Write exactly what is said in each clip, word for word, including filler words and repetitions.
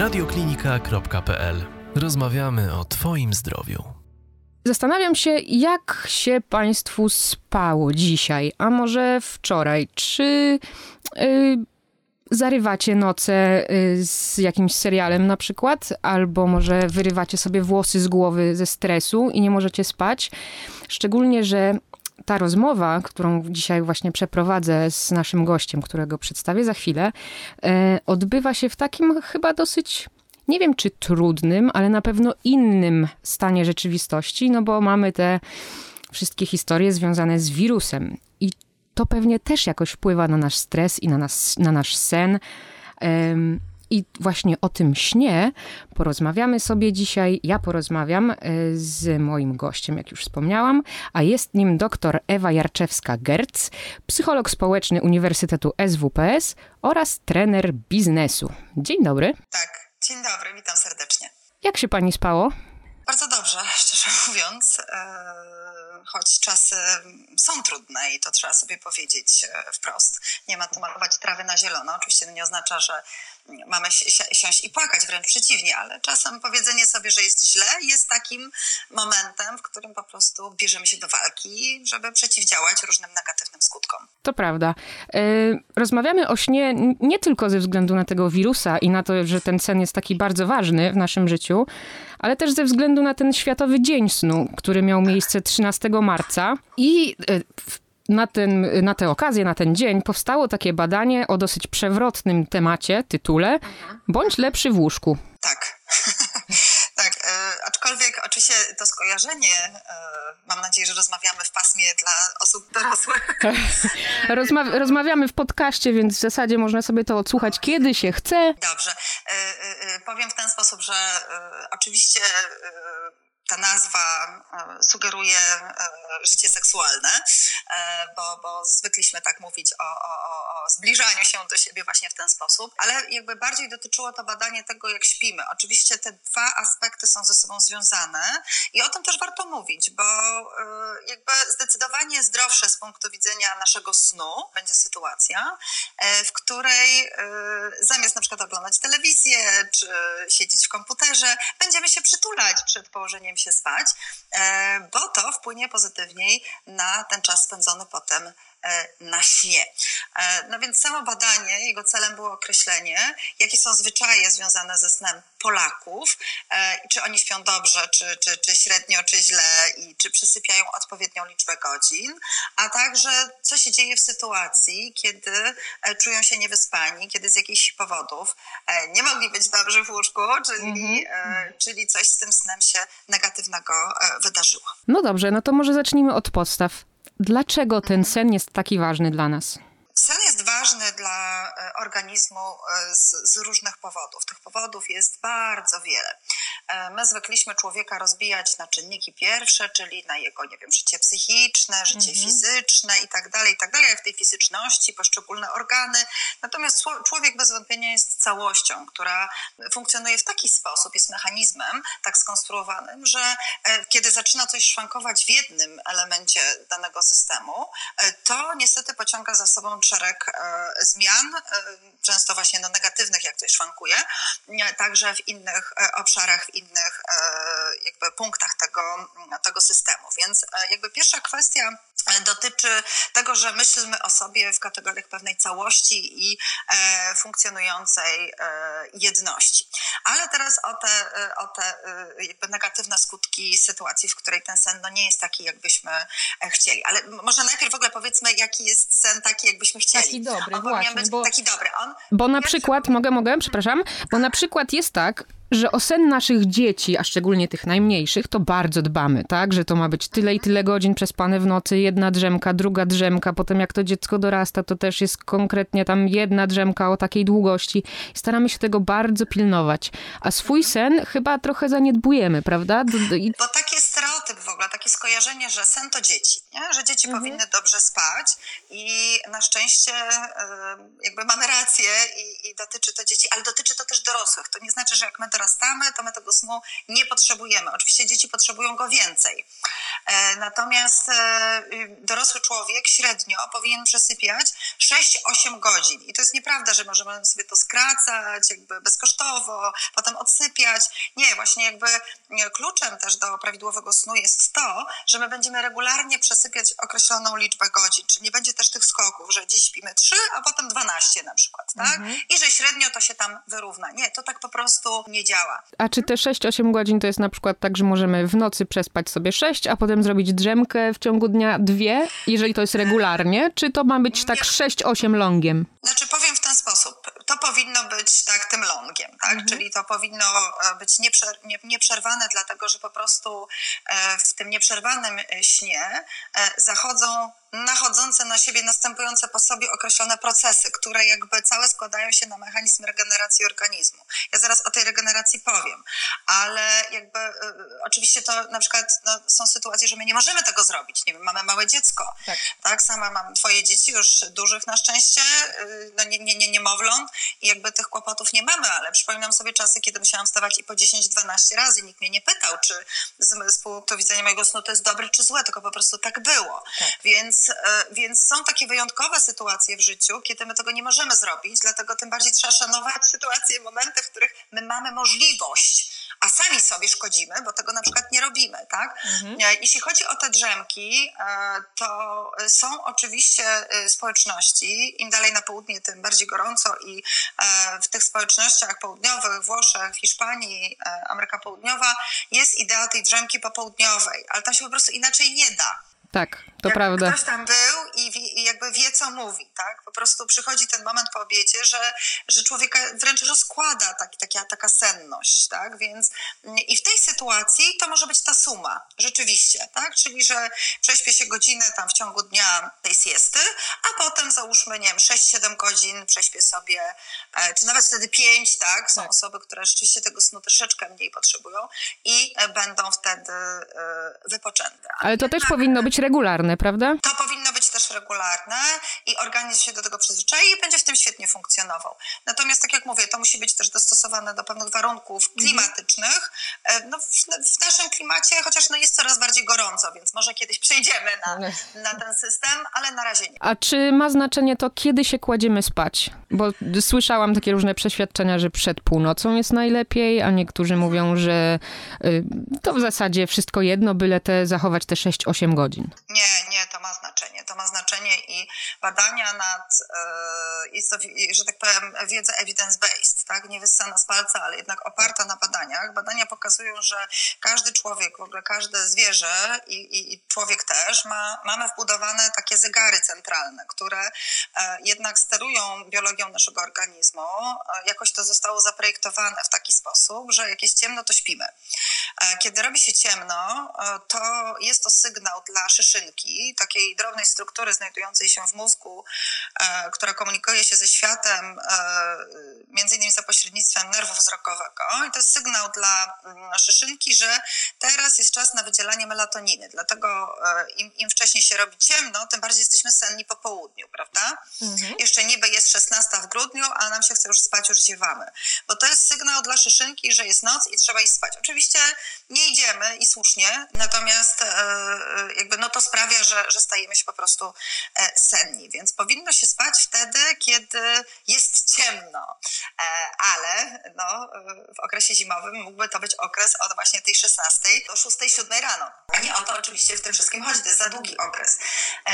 radioklinika kropka p l. Rozmawiamy o Twoim zdrowiu. Zastanawiam się, jak się Państwu spało dzisiaj, a może wczoraj. Czy yy, zarywacie noce yy, z jakimś serialem na przykład? Albo może wyrywacie sobie włosy z głowy ze stresu i nie możecie spać? Szczególnie, że ta rozmowa, którą dzisiaj właśnie przeprowadzę z naszym gościem, którego przedstawię za chwilę, yy, odbywa się w takim chyba dosyć... nie wiem, czy trudnym, ale na pewno innym stanie rzeczywistości, no bo mamy te wszystkie historie związane z wirusem. I to pewnie też jakoś wpływa na nasz stres i na, nas, na nasz sen. Um, I właśnie o tym śnie porozmawiamy sobie dzisiaj. Ja porozmawiam z moim gościem, jak już wspomniałam, a jest nim dr Ewa Jarczewska-Gerc, psycholog społeczny Uniwersytetu S W P S oraz trener biznesu. Dzień dobry. Tak. Dzień dobry, witam serdecznie. Jak się pani spało? Bardzo dobrze, szczerze mówiąc, choć czasy są trudne i to trzeba sobie powiedzieć wprost. Nie ma tu malować trawy na zielono. Oczywiście to nie oznacza, że mamy si- siąść i płakać, wręcz przeciwnie, ale czasem powiedzenie sobie, że jest źle, jest takim momentem, w którym po prostu bierzemy się do walki, żeby przeciwdziałać różnym negatywnym skutkom. To prawda. Yy, rozmawiamy o śnie nie tylko ze względu na tego wirusa i na to, że ten sen jest taki bardzo ważny w naszym życiu, ale też ze względu na ten Światowy Dzień Snu, który miał miejsce trzynastego marca i yy, Na, ten, na tę okazję, na ten dzień powstało takie badanie o dosyć przewrotnym temacie, tytule Bądź lepszy w łóżku. Tak, tak. E, aczkolwiek oczywiście to skojarzenie, e, mam nadzieję, że rozmawiamy w pasmie dla osób dorosłych. Rozma- rozmawiamy w podcaście, więc w zasadzie można sobie to odsłuchać kiedy się chce. Dobrze. E, e, powiem w ten sposób, że e, oczywiście e, ta nazwa sugeruje życie seksualne, bo, bo zwykliśmy tak mówić o, o, o zbliżaniu się do siebie właśnie w ten sposób, ale jakby bardziej dotyczyło to badanie tego, jak śpimy. Oczywiście te dwa aspekty są ze sobą związane i o tym też warto mówić, bo jakby zdecydowanie zdrowsze z punktu widzenia naszego snu będzie sytuacja, w której zamiast na przykład oglądać telewizję czy siedzieć w komputerze, będziemy się przytulać przed położeniem się spać, bo to wpłynie pozytywniej na ten czas spędzony potem na śnie. No więc samo badanie, jego celem było określenie, jakie są zwyczaje związane ze snem Polaków, czy oni śpią dobrze, czy, czy, czy średnio, czy źle i czy przysypiają odpowiednią liczbę godzin, a także co się dzieje w sytuacji, kiedy czują się niewyspani, kiedy z jakichś powodów nie mogli być dobrzy w łóżku, czyli, mm-hmm. czyli coś z tym snem się negatywnego wydarzyło. No dobrze, no to może zacznijmy od podstaw. Dlaczego ten sen jest taki ważny dla nas? Sen jest ważny dla organizmu z, z różnych powodów. Tych powodów jest bardzo wiele. My zwykliśmy człowieka rozbijać na czynniki pierwsze, czyli na jego, nie wiem, życie psychiczne, życie mhm. fizyczne i tak dalej, i tak dalej. W tej fizyczności poszczególne organy. Natomiast człowiek bez wątpienia jest całością, która funkcjonuje w taki sposób, jest mechanizmem tak skonstruowanym, że kiedy zaczyna coś szwankować w jednym elemencie danego systemu, to niestety pociąga za sobą szereg e, zmian, e, często właśnie no, negatywnych, jak coś szwankuje, e, także w innych e, obszarach, w innych e, jakby punktach tego, tego systemu. Więc e, jakby pierwsza kwestia dotyczy tego, że myślimy o sobie w kategoriach pewnej całości i e, funkcjonującej e, jedności. Ale teraz o te, o te e, jakby negatywne skutki sytuacji, w której ten sen no, nie jest taki, jakbyśmy chcieli. Ale może najpierw w ogóle powiedzmy, jaki jest sen taki, jakbyśmy chcieli. Taki dobry, On właśnie. Być bo, taki dobry. On bo na przykład, mogę, mogę, przepraszam, bo na przykład jest tak, że o sen naszych dzieci, a szczególnie tych najmniejszych, to bardzo dbamy, tak? Że to ma być tyle i tyle godzin przespane w nocy, jedna drzemka, druga drzemka, potem jak to dziecko dorasta, to też jest konkretnie tam jedna drzemka o takiej długości. Staramy się tego bardzo pilnować. A swój sen chyba trochę zaniedbujemy, prawda? Bo tak jest stereotyp w ogóle, takie skojarzenie, że sen to dzieci, nie? Że dzieci mhm. powinny dobrze spać i na szczęście jakby mamy rację i, i dotyczy to dzieci, ale dotyczy to też dorosłych. To nie znaczy, że jak my dorastamy, to my tego snu nie potrzebujemy. Oczywiście dzieci potrzebują go więcej. Natomiast dorosły człowiek średnio powinien przesypiać sześć osiem godzin. I to jest nieprawda, że możemy sobie to skracać jakby bezkosztowo, potem odsypiać. Nie, właśnie jakby kluczem też do prawidłowego snu jest to, że my będziemy regularnie przesypiać określoną liczbę godzin. Czyli nie będzie też tych skoków, że dziś śpimy trzy, a potem dwanaście na przykład, tak? Mhm. I że średnio to się tam wyrówna. Nie, to tak po prostu nie działa. A czy te sześć osiem godzin to jest na przykład tak, że możemy w nocy przespać sobie sześć, a potem zrobić drzemkę w ciągu dnia dwie, jeżeli to jest regularnie? Czy to ma być tak sześć osiem longiem? Znaczy powiem w ten sposób. To powinno być tak tym longiem, tak? Mhm. Czyli to powinno być nieprzer- nie, nieprzerwane, dlatego że po prostu w tym nieprzerwanym śnie zachodzą nachodzące na siebie, następujące po sobie określone procesy, które jakby całe składają się na mechanizm regeneracji organizmu. Ja zaraz o tej regeneracji powiem, ale jakby y, oczywiście to na przykład no, są sytuacje, że my nie możemy tego zrobić. Nie wiem, mamy małe dziecko, tak? tak? Sama mam twoje dzieci już dużych na szczęście, y, no nie, nie, nie niemowląt i jakby tych kłopotów nie mamy, ale przypominam sobie czasy, kiedy musiałam wstawać i po dziesięć dwanaście razy. Nikt mnie nie pytał, czy z, z punktu widzenia mojego snu to jest dobre czy złe, tylko po prostu tak było. Tak. Więc Więc są takie wyjątkowe sytuacje w życiu, kiedy my tego nie możemy zrobić, dlatego tym bardziej trzeba szanować sytuacje, momenty, w których my mamy możliwość, a sami sobie szkodzimy, bo tego na przykład nie robimy, tak? Mhm. Jeśli chodzi o te drzemki, to są oczywiście społeczności, im dalej na południe, tym bardziej gorąco i w tych społecznościach południowych, Włoszech, Hiszpanii, Ameryka Południowa jest idea tej drzemki popołudniowej, ale tam się po prostu inaczej nie da. Tak, to jak prawda. Ktoś tam był i, wie, i jakby wie, co mówi, tak? Po prostu przychodzi ten moment po obiedzie, że, że człowieka wręcz rozkłada taki, taka, taka senność, tak? Więc i w tej sytuacji to może być ta suma, rzeczywiście, tak? Czyli, że prześpię się godzinę tam w ciągu dnia tej siesty, a potem załóżmy, nie wiem, sześć siedem godzin prześpię sobie, czy nawet wtedy pięć, tak? Są tak. osoby, które rzeczywiście tego snu troszeczkę mniej potrzebują i będą wtedy wypoczęte. Ale to też powinno być regularne, prawda? To powinno być też regularne i organizm się do tego przyzwyczai i będzie w tym świetnie funkcjonował. Natomiast tak jak mówię, to musi być też dostosowane do pewnych warunków klimatycznych. No, w, w naszym klimacie, chociaż no jest coraz bardziej gorąco, więc może kiedyś przejdziemy na, na ten system, ale na razie nie. A czy ma znaczenie to, kiedy się kładziemy spać? Bo słyszałam takie różne przeświadczenia, że przed północą jest najlepiej, a niektórzy mówią, że y, to w zasadzie wszystko jedno, byle te zachować te sześć osiem godzin. Nie, nie, to ma znaczenie. To ma znaczenie i badania nad, yy, jest to, że tak powiem, wiedza evidence-based, tak? Nie wyssana z palca, ale jednak oparta na badaniach. Badania pokazują, że każdy człowiek, w ogóle każde zwierzę i, i, i człowiek też, ma, mamy wbudowane takie zegary centralne, które e, jednak sterują biologią naszego organizmu. E, jakoś to zostało zaprojektowane w taki sposób, że jak jest ciemno, to śpimy. E, kiedy robi się ciemno, e, to jest to sygnał dla szyszynki, takiej drobnej struktury znajdującej się w mózgu, e, która komunikuje się ze światem, e, między innymi za pośrednictwem nerwu wzrokowego. I to jest sygnał dla m, szyszynki, że teraz jest czas na wydzielanie melatoniny. Dlatego e, im, im wcześniej się robi ciemno, tym bardziej jesteśmy senni po południu, prawda? Mhm. Jeszcze niby jest szesnasta w grudniu, a nam się chce już spać, już ziewamy. Bo to jest sygnał dla szyszynki, że jest noc i trzeba iść spać. Oczywiście nie idziemy i słusznie, natomiast e, jakby no to sprawia, że, że stajemy się po prostu e, senni. Więc powinno się spać wtedy, kiedy jest ciemno. E, ale no, w okresie zimowym mógłby to być okres od właśnie tej szesnastej do szóstej, siódmej rano. A nie o to oczywiście w tym wszystkim chodzi, to jest za długi okres. E,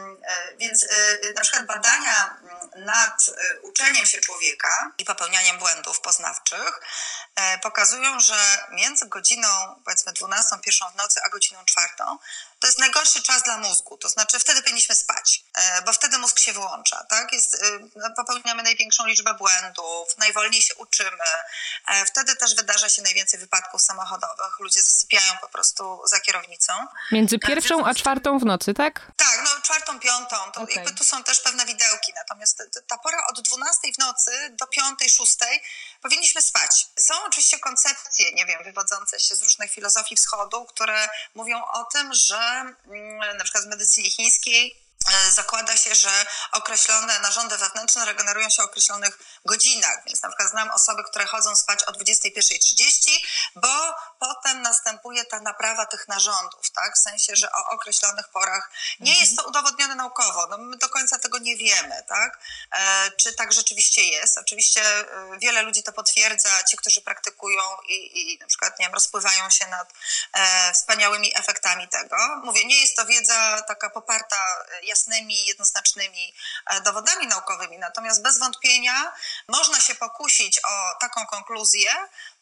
e, więc e, na przykład badania nad uczeniem się człowieka i popełnianiem błędów poznawczych e, pokazują, że między godziną powiedzmy dwunastą, pierwszą w nocy, a godziną czwartą to jest najgorszy czas dla mózgu, to znaczy wtedy powinniśmy spać, bo wtedy mózg się wyłącza, tak? Jest, popełniamy największą liczbę błędów, najwolniej się uczymy, wtedy też wydarza się najwięcej wypadków samochodowych, ludzie zasypiają po prostu za kierownicą. Między pierwszą a czwartą w nocy, tak? Tak, no czwartą, piątą, to okay. jakby tu są też pewne widełki, natomiast ta pora od dwunastej w nocy do piątej, szóstej powinniśmy spać. Są oczywiście koncepcje, nie wiem, wywodzące się z różnych filozofii wschodu, które mówią o tym, że na przykład w medycynie chińskiej zakłada się, że określone narządy wewnętrzne regenerują się w określonych godzinach, więc na przykład znam osoby, które chodzą spać o dwudziestej pierwszej trzydzieści, bo potem następuje ta naprawa tych narządów, tak? W sensie, że o określonych porach nie jest to udowodnione naukowo, no my do końca tego nie wiemy, tak? E, czy tak rzeczywiście jest? Oczywiście wiele ludzi to potwierdza, ci, którzy praktykują i, i na przykład, nie wiem, rozpływają się nad e, wspaniałymi efektami tego. Mówię, nie jest to wiedza taka poparta jasnymi, jednoznacznymi dowodami naukowymi. Natomiast bez wątpienia można się pokusić o taką konkluzję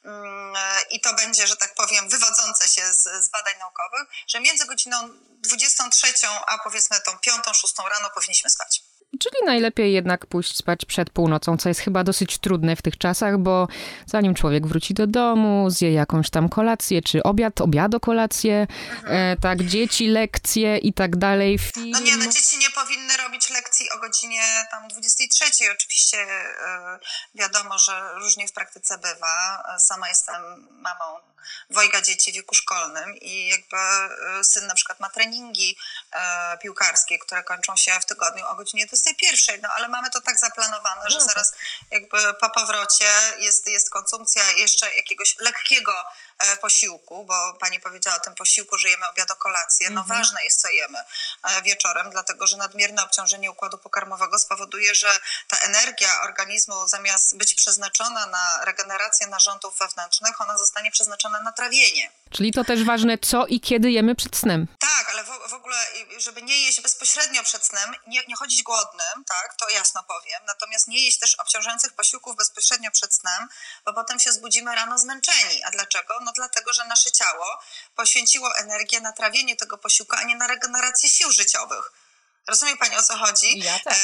i to będzie, że tak powiem, wywodzące się z, z badań naukowych, że między godziną dwudziestą trzecią a powiedzmy tą piątą, szóstą rano powinniśmy spać. Czyli najlepiej jednak pójść spać przed północą, co jest chyba dosyć trudne w tych czasach, bo zanim człowiek wróci do domu, zje jakąś tam kolację, czy obiad, obiado kolację, mhm. e, tak, dzieci, lekcje i tak dalej. Film. No nie, no dzieci nie powinny robić lekcji o godzinie tam dwudziestej trzeciej. Oczywiście e, wiadomo, że różnie w praktyce bywa. Sama jestem mamą dwojga dzieci w wieku szkolnym i jakby syn na przykład ma treningi e, piłkarskie, które kończą się w tygodniu o godzinie dwudziestej pierwszej, no ale mamy to tak zaplanowane, że zaraz jakby po powrocie jest, jest konsumpcja jeszcze jakiegoś lekkiego e, posiłku, bo pani powiedziała o tym posiłku, że jemy obiad o kolację. No mhm. ważne jest, co jemy e, wieczorem, dlatego że nadmierne obciążenie układu pokarmowego spowoduje, że ta energia organizmu zamiast być przeznaczona na regenerację narządów wewnętrznych, ona zostanie przeznaczona na trawienie. Czyli to też ważne, co i kiedy jemy przed snem. Tak, ale w, w ogóle, żeby nie jeść bezpośrednio przed snem, nie, nie chodzić głodnym, tak, to jasno powiem, natomiast nie jeść też obciążających posiłków bezpośrednio przed snem, bo potem się zbudzimy rano zmęczeni. A dlaczego? No dlatego, że nasze ciało poświęciło energię na trawienie tego posiłku, a nie na regenerację sił życiowych. Rozumie pani, o co chodzi? Ja tak.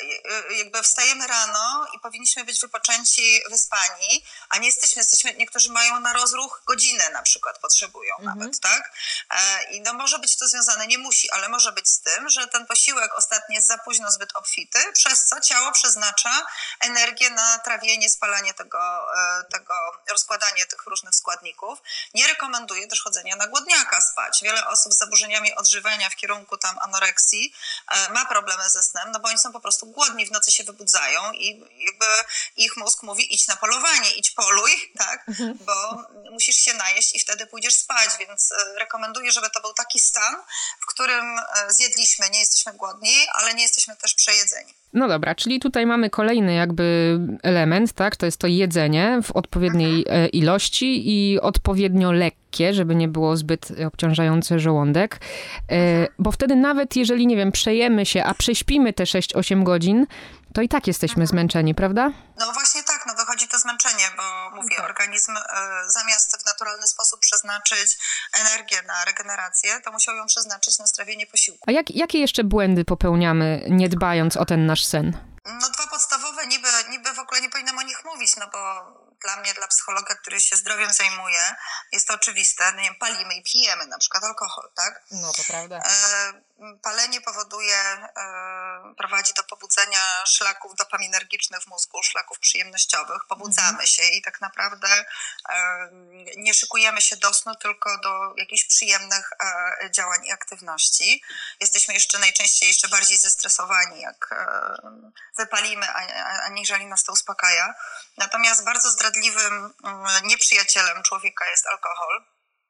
E, jakby wstajemy rano i powinniśmy być wypoczęci, wyspani, a nie jesteśmy, jesteśmy, niektórzy mają na rozruch godzinę na przykład, potrzebują mhm. nawet, tak? E, I no może być to związane, nie musi, ale może być z tym, że ten posiłek ostatni jest za późno zbyt obfity, przez co ciało przeznacza energię na trawienie, spalanie tego, tego, rozkładanie tych różnych składników. Nie rekomenduję też chodzenia na głodniaka spać. Wiele osób z zaburzeniami odżywiania w kierunku tam anoreksji ma problemy ze snem, no bo oni są po prostu głodni, w nocy się wybudzają i jakby ich mózg mówi idź na polowanie, idź poluj, tak, mhm. bo musisz się najeść i wtedy pójdziesz spać, więc rekomenduję, żeby to był taki stan, w którym zjedliśmy, nie jesteśmy głodni, ale nie jesteśmy też przejedzeni. No dobra, czyli tutaj mamy kolejny jakby element, tak? To jest to jedzenie w odpowiedniej mhm. ilości i odpowiednio lekkie, żeby nie było zbyt obciążające żołądek. Mhm. Bo wtedy nawet jeżeli, nie wiem, przejemy się, a prześpimy te sześć osiem godzin, to i tak jesteśmy mhm. zmęczeni, prawda? No właśnie tak, no wychodzi to zmęczenie, bo mówię, okay. organizm y, zamiast w naturalny sposób przeznaczyć energię na regenerację, to musiał ją przeznaczyć na strawienie posiłku. A jak, jakie jeszcze błędy popełniamy, nie dbając o ten nasz sen? No dwa podstawowe, niby, niby w ogóle nie powinnam o nich mówić, no bo dla mnie, dla psychologa, który się zdrowiem zajmuje, jest to oczywiste. No nie wiem, palimy i pijemy na przykład alkohol, tak? No to prawda. E, palenie powoduje, e, prowadzi do pobudzenia szlaków dopaminergicznych w mózgu, szlaków przyjemnościowych. Pobudzamy mhm. się i tak naprawdę e, nie szykujemy się do snu, tylko do jakichś przyjemnych e, działań i aktywności. Jesteśmy jeszcze najczęściej jeszcze bardziej zestresowani, jak e, wypalimy, aniżeli nas to uspokaja. Natomiast bardzo zdradliwym nieprzyjacielem człowieka jest alkohol,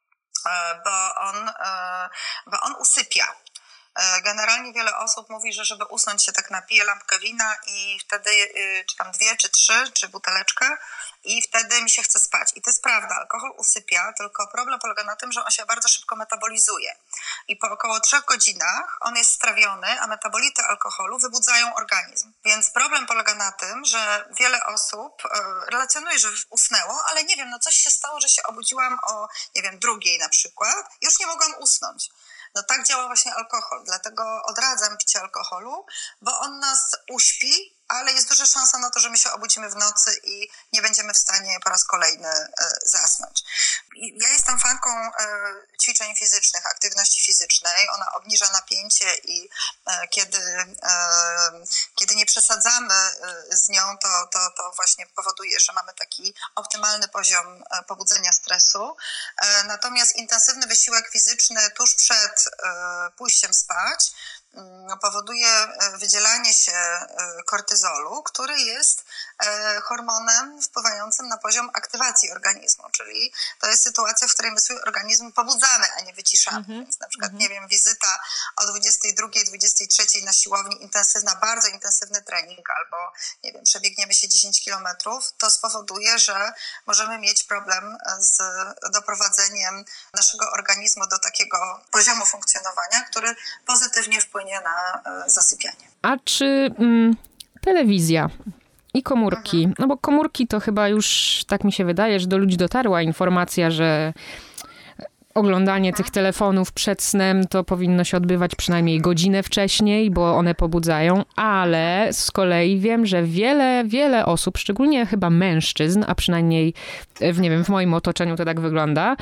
bo on, bo on usypia. Generalnie wiele osób mówi, że żeby usnąć się tak napije lampkę wina i wtedy, czy tam dwie, czy trzy, czy buteleczkę i wtedy mi się chce spać. I to jest prawda, alkohol usypia, tylko problem polega na tym, że on się bardzo szybko metabolizuje. I po około trzech godzinach on jest strawiony, a metabolity alkoholu wybudzają organizm. Więc problem polega na tym, że wiele osób relacjonuje, że usnęło, ale nie wiem, no coś się stało, że się obudziłam o, nie wiem, drugiej na przykład, już nie mogłam usnąć. No tak działa właśnie alkohol, dlatego odradzam picie alkoholu, bo on nas uśpi ale jest duża szansa na to, że my się obudzimy w nocy i nie będziemy w stanie po raz kolejny zasnąć. Ja jestem fanką ćwiczeń fizycznych, aktywności fizycznej. Ona obniża napięcie i kiedy, kiedy nie przesadzamy z nią, to, to, to właśnie powoduje, że mamy taki optymalny poziom pobudzenia stresu. Natomiast intensywny wysiłek fizyczny tuż przed pójściem spać powoduje wydzielanie się kortyzolu, który jest hormonem wpływającym na poziom aktywacji organizmu, czyli to jest sytuacja, w której my swój organizm pobudzamy, a nie wyciszamy. Mm-hmm. Więc na przykład, mm-hmm. nie wiem, wizyta o dwudziestej drugiej, dwudziestej trzeciej na siłowni, intensywna, bardzo intensywny trening, albo nie wiem, przebiegniemy się dziesięć kilometrów, to spowoduje, że możemy mieć problem z doprowadzeniem naszego organizmu do takiego poziomu funkcjonowania, który pozytywnie wpłynie na zasypianie. A czy mm, telewizja i komórki, mhm. no bo komórki to chyba już, tak mi się wydaje, że do ludzi dotarła informacja, że oglądanie mhm. tych telefonów przed snem to powinno się odbywać przynajmniej godzinę wcześniej, bo one pobudzają, ale z kolei wiem, że wiele, wiele osób, szczególnie chyba mężczyzn, a przynajmniej w, nie wiem, w moim otoczeniu to tak wygląda,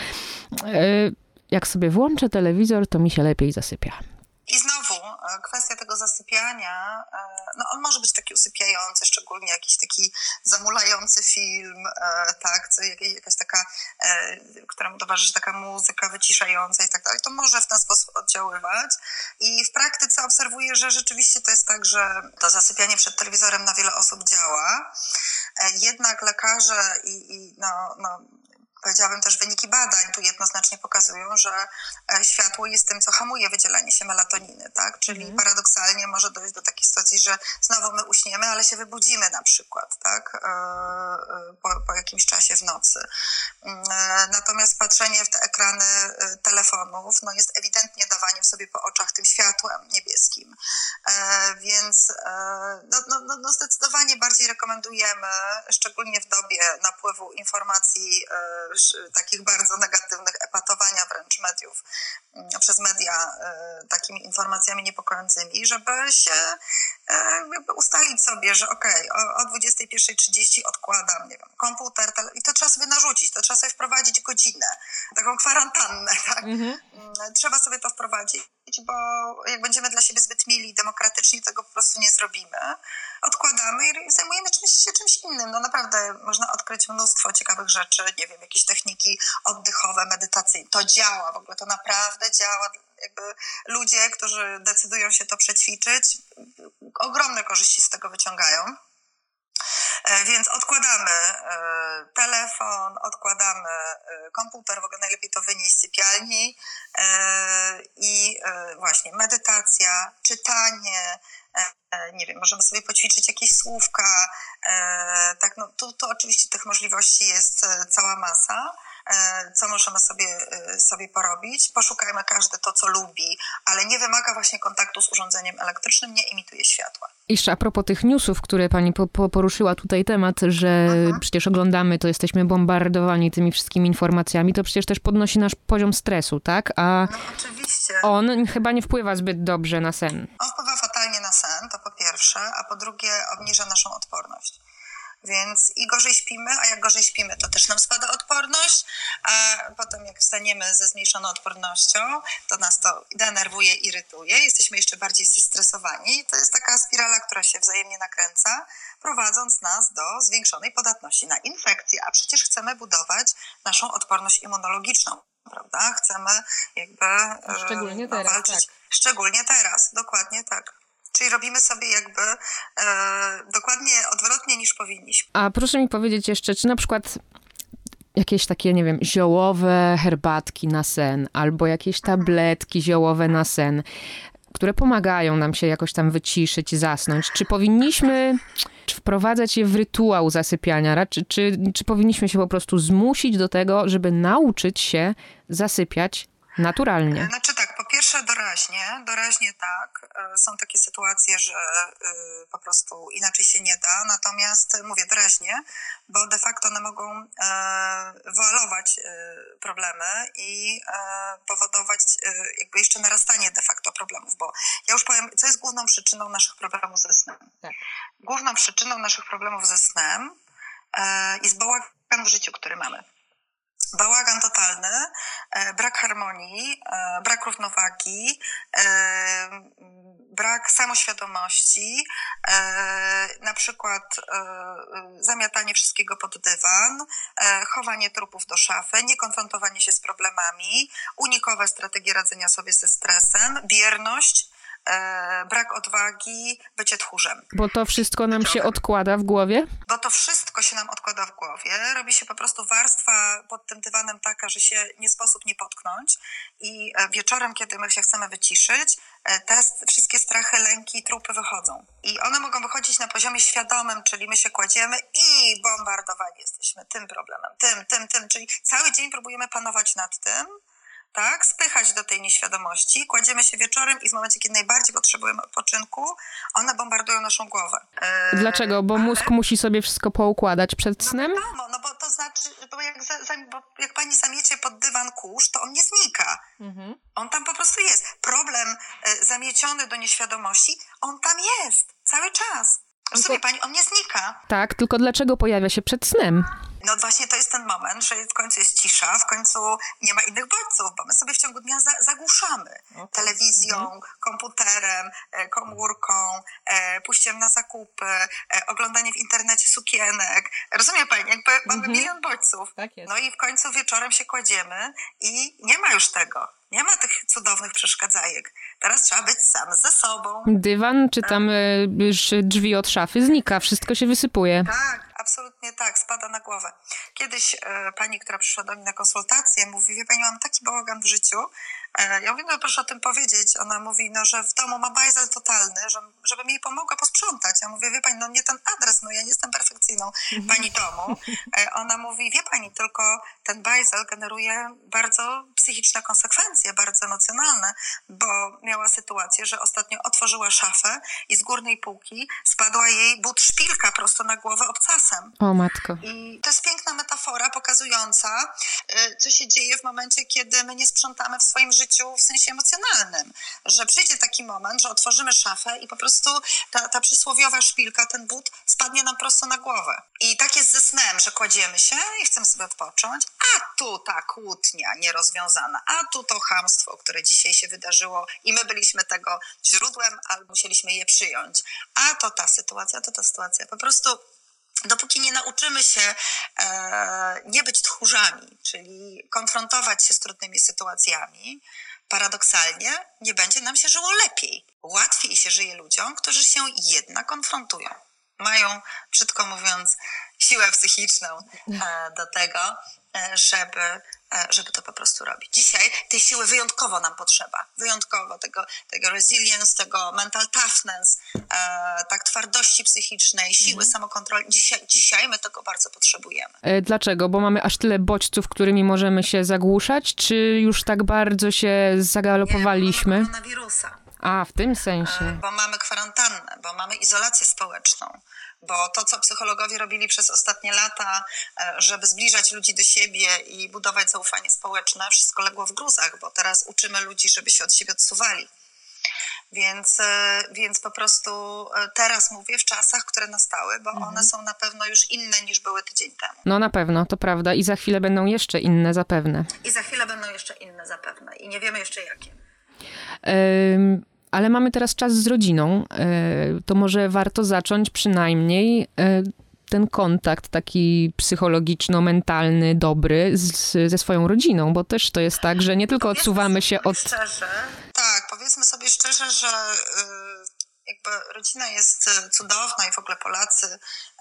jak sobie włączę telewizor, to mi się lepiej zasypia. I znowu kwestia tego zasypiania, no on może być taki usypiający, szczególnie jakiś taki zamulający film, tak, jakaś taka, któremu towarzyszy taka muzyka wyciszająca i tak dalej, to może w ten sposób oddziaływać. I w praktyce obserwuję, że rzeczywiście to jest tak, że to zasypianie przed telewizorem na wiele osób działa. Jednak lekarze i, i no, no powiedziałabym też wyniki badań tu jednoznacznie pokazują, że światło jest tym, co hamuje wydzielanie się melatoniny, tak? Czyli mm. paradoksalnie może dojść do takiej sytuacji, że znowu my uśniemy, ale się wybudzimy na przykład, tak? Po, po jakimś czasie w nocy. Natomiast patrzenie w te ekrany telefonów, no jest ewidentnie dawaniem sobie po oczach tym światłem niebieskim. Więc no, no, no zdecydowanie bardziej rekomendujemy, szczególnie w dobie napływu informacji takich bardzo negatywnych, epatowania wręcz mediów przez media takimi informacjami niepokojącymi, żeby się jakby ustalić sobie, że okej, okay, o, o dwudziestej pierwszej trzydzieści odkładam, nie wiem, komputer, tele... i to trzeba sobie narzucić, to trzeba sobie wprowadzić godzinę, taką kwarantannę, tak? Mm-hmm. Trzeba sobie to wprowadzić, bo jak będziemy dla siebie zbyt mili i demokratyczni, tego po prostu nie zrobimy. Odkładamy i zajmujemy czymś, się czymś innym. No naprawdę można odkryć mnóstwo ciekawych rzeczy, nie wiem, jakieś techniki oddechowe, medytacyjne. To działa, w ogóle to naprawdę działa. Jakby ludzie, którzy decydują się to przećwiczyć, ogromne korzyści z tego wyciągają. Więc odkładamy telefon, odkładamy komputer, w ogóle najlepiej to wynieść z sypialni i właśnie medytacja, czytanie, nie wiem, możemy sobie poćwiczyć jakieś słówka, tak, no tu, tu oczywiście tych możliwości jest cała masa. Co możemy sobie, sobie porobić. Poszukajmy każdy to, co lubi, ale nie wymaga właśnie kontaktu z urządzeniem elektrycznym, nie imituje światła. Jeszcze a propos tych newsów, które pani po, po poruszyła tutaj temat, że mhm. przecież oglądamy, to jesteśmy bombardowani tymi wszystkimi informacjami, to przecież też podnosi nasz poziom stresu, tak? A no, oczywiście. On chyba nie wpływa zbyt dobrze na sen. On wpływa fatalnie na sen, to po pierwsze, a po drugie obniża naszą odporność. Więc i gorzej śpimy, a jak gorzej śpimy, to też nam spada odporność, a potem jak wstaniemy ze zmniejszoną odpornością, to nas to denerwuje, irytuje, jesteśmy jeszcze bardziej zestresowani. To jest taka spirala, która się wzajemnie nakręca, prowadząc nas do zwiększonej podatności na infekcje, a przecież chcemy budować naszą odporność immunologiczną, prawda? Chcemy jakby szczególnie teraz, no, walczyć. Tak. Szczególnie teraz, dokładnie tak. Czyli robimy sobie jakby e, dokładnie odwrotnie niż powinniśmy. A proszę mi powiedzieć jeszcze, czy na przykład jakieś takie, nie wiem, ziołowe herbatki na sen, albo jakieś tabletki ziołowe na sen, które pomagają nam się jakoś tam wyciszyć, zasnąć. Czy powinniśmy czy wprowadzać je w rytuał zasypiania? Czy, czy, czy powinniśmy się po prostu zmusić do tego, żeby nauczyć się zasypiać naturalnie? Znaczy tak, po pierwsze doraźnie, doraźnie tak. Są takie sytuacje, że y, po prostu inaczej się nie da, natomiast mówię doraźnie, bo de facto one mogą y, wyalować y, problemy i y, powodować y, jakby jeszcze narastanie de facto problemów, bo ja już powiem, co jest główną przyczyną naszych problemów ze snem. Tak. Główną przyczyną naszych problemów ze snem jest bałagan w życiu, który mamy. Bałagan totalny, brak harmonii, brak równowagi, brak samoświadomości, na przykład zamiatanie wszystkiego pod dywan, chowanie trupów do szafy, niekonfrontowanie się z problemami, unikowe strategie radzenia sobie ze stresem, bierność, brak odwagi, bycie tchórzem. Bo to wszystko nam się odkłada w głowie? Bo to wszystko się nam odkłada w głowie. Robi się po prostu warstwa pod tym dywanem taka, że się nie sposób nie potknąć i wieczorem, kiedy my się chcemy wyciszyć, te wszystkie strachy, lęki, trupy wychodzą. I one mogą wychodzić na poziomie świadomym, czyli my się kładziemy i bombardowani jesteśmy tym problemem, tym, tym, tym, czyli cały dzień próbujemy panować nad tym, tak, spychać do tej nieświadomości, kładziemy się wieczorem i w momencie, kiedy najbardziej potrzebujemy odpoczynku, one bombardują naszą głowę. Eee, Dlaczego? Bo ale... mózg musi sobie wszystko poukładać przed snem? No wiadomo, no bo to znaczy, bo jak, za, za, bo jak pani zamiecie pod dywan kurz, to on nie znika. Mhm. On tam po prostu jest. Problem e, zamieciony do nieświadomości, on tam jest cały czas. Rozumie pani, on nie znika. Tak, tylko dlaczego pojawia się przed snem? No właśnie to jest ten moment, że w końcu jest cisza, w końcu nie ma innych bodźców, bo my sobie w ciągu dnia za, zagłuszamy okay. telewizją, mhm. komputerem, komórką, e, pójściem na zakupy, e, oglądanie w internecie sukienek. Rozumie pani? Jakby mhm. mamy milion bodźców. Tak jest. No i w końcu wieczorem się kładziemy i nie ma już tego. Nie ma tych cudownych przeszkadzajek. Teraz trzeba być sam ze sobą. Dywan czy tam tak. drzwi od szafy znika, wszystko się wysypuje. Tak, absolutnie tak, spada na głowę. Kiedyś e, pani, która przyszła do mnie na konsultację, mówi, wie pani, mam taki bałagan w życiu. E, ja mówię, no proszę o tym powiedzieć. Ona mówi, no, że w domu ma bajzel totalny, że, żebym jej pomogła posprzątać. Ja mówię, wie pani, no nie ten adres, no ja nie jestem perfekcyjną pani domu. E, ona mówi, wie pani, tylko ten bajzel generuje bardzo psychiczne konsekwencje, bardzo emocjonalne, bo miała sytuację, że ostatnio otworzyła szafę i z górnej półki spadła jej but szpilka prosto na głowę obcasem. O matko. I to jest piękna metafora pokazująca, co się dzieje w momencie, kiedy my nie sprzątamy w swoim życiu w sensie emocjonalnym. Że przyjdzie taki moment, że otworzymy szafę i po prostu ta, ta przysłowiowa szpilka, ten but spadnie nam prosto na głowę. I tak jest ze snem, że kładziemy się i chcemy sobie odpocząć, a tu ta kłótnia nierozwiązana, a tu to chamstwo, które dzisiaj się wydarzyło i my byliśmy tego źródłem, albo musieliśmy je przyjąć. A to ta sytuacja, to ta sytuacja. Po prostu dopóki nie nauczymy się e, nie być tchórzami, czyli konfrontować się z trudnymi sytuacjami, paradoksalnie nie będzie nam się żyło lepiej. Łatwiej się żyje ludziom, którzy się jednak konfrontują. Mają, brzydko mówiąc, siłę psychiczną e, do tego, e, żeby, e, żeby to po prostu robić. Dzisiaj tej siły wyjątkowo nam potrzeba. Wyjątkowo tego, tego resilience, tego mental toughness, e, tak twardości psychicznej, siły mhm. samokontroli. Dzisiaj, dzisiaj my tego bardzo potrzebujemy. E, dlaczego? Bo mamy aż tyle bodźców, którymi możemy się zagłuszać, czy już tak bardzo się zagalopowaliśmy? Nie, bo mamy koronawirusa. A, w tym sensie. E, bo mamy kwarantannę, bo mamy izolację społeczną. Bo to, co psychologowie robili przez ostatnie lata, żeby zbliżać ludzi do siebie i budować zaufanie społeczne, wszystko legło w gruzach, bo teraz uczymy ludzi, żeby się od siebie odsuwali. Więc, więc po prostu teraz mówię w czasach, które nastały, bo mhm. one są na pewno już inne niż były tydzień temu. No na pewno, to prawda. I za chwilę będą jeszcze inne zapewne. I za chwilę będą jeszcze inne zapewne. I nie wiemy jeszcze jakie. Ym... Ale mamy teraz czas z rodziną, to może warto zacząć przynajmniej ten kontakt taki psychologiczno-mentalny, dobry z, ze swoją rodziną, bo też to jest tak, że nie tylko powiedzmy odsuwamy się od... Szczerze, tak, powiedzmy sobie szczerze, że jakby rodzina jest cudowna i w ogóle Polacy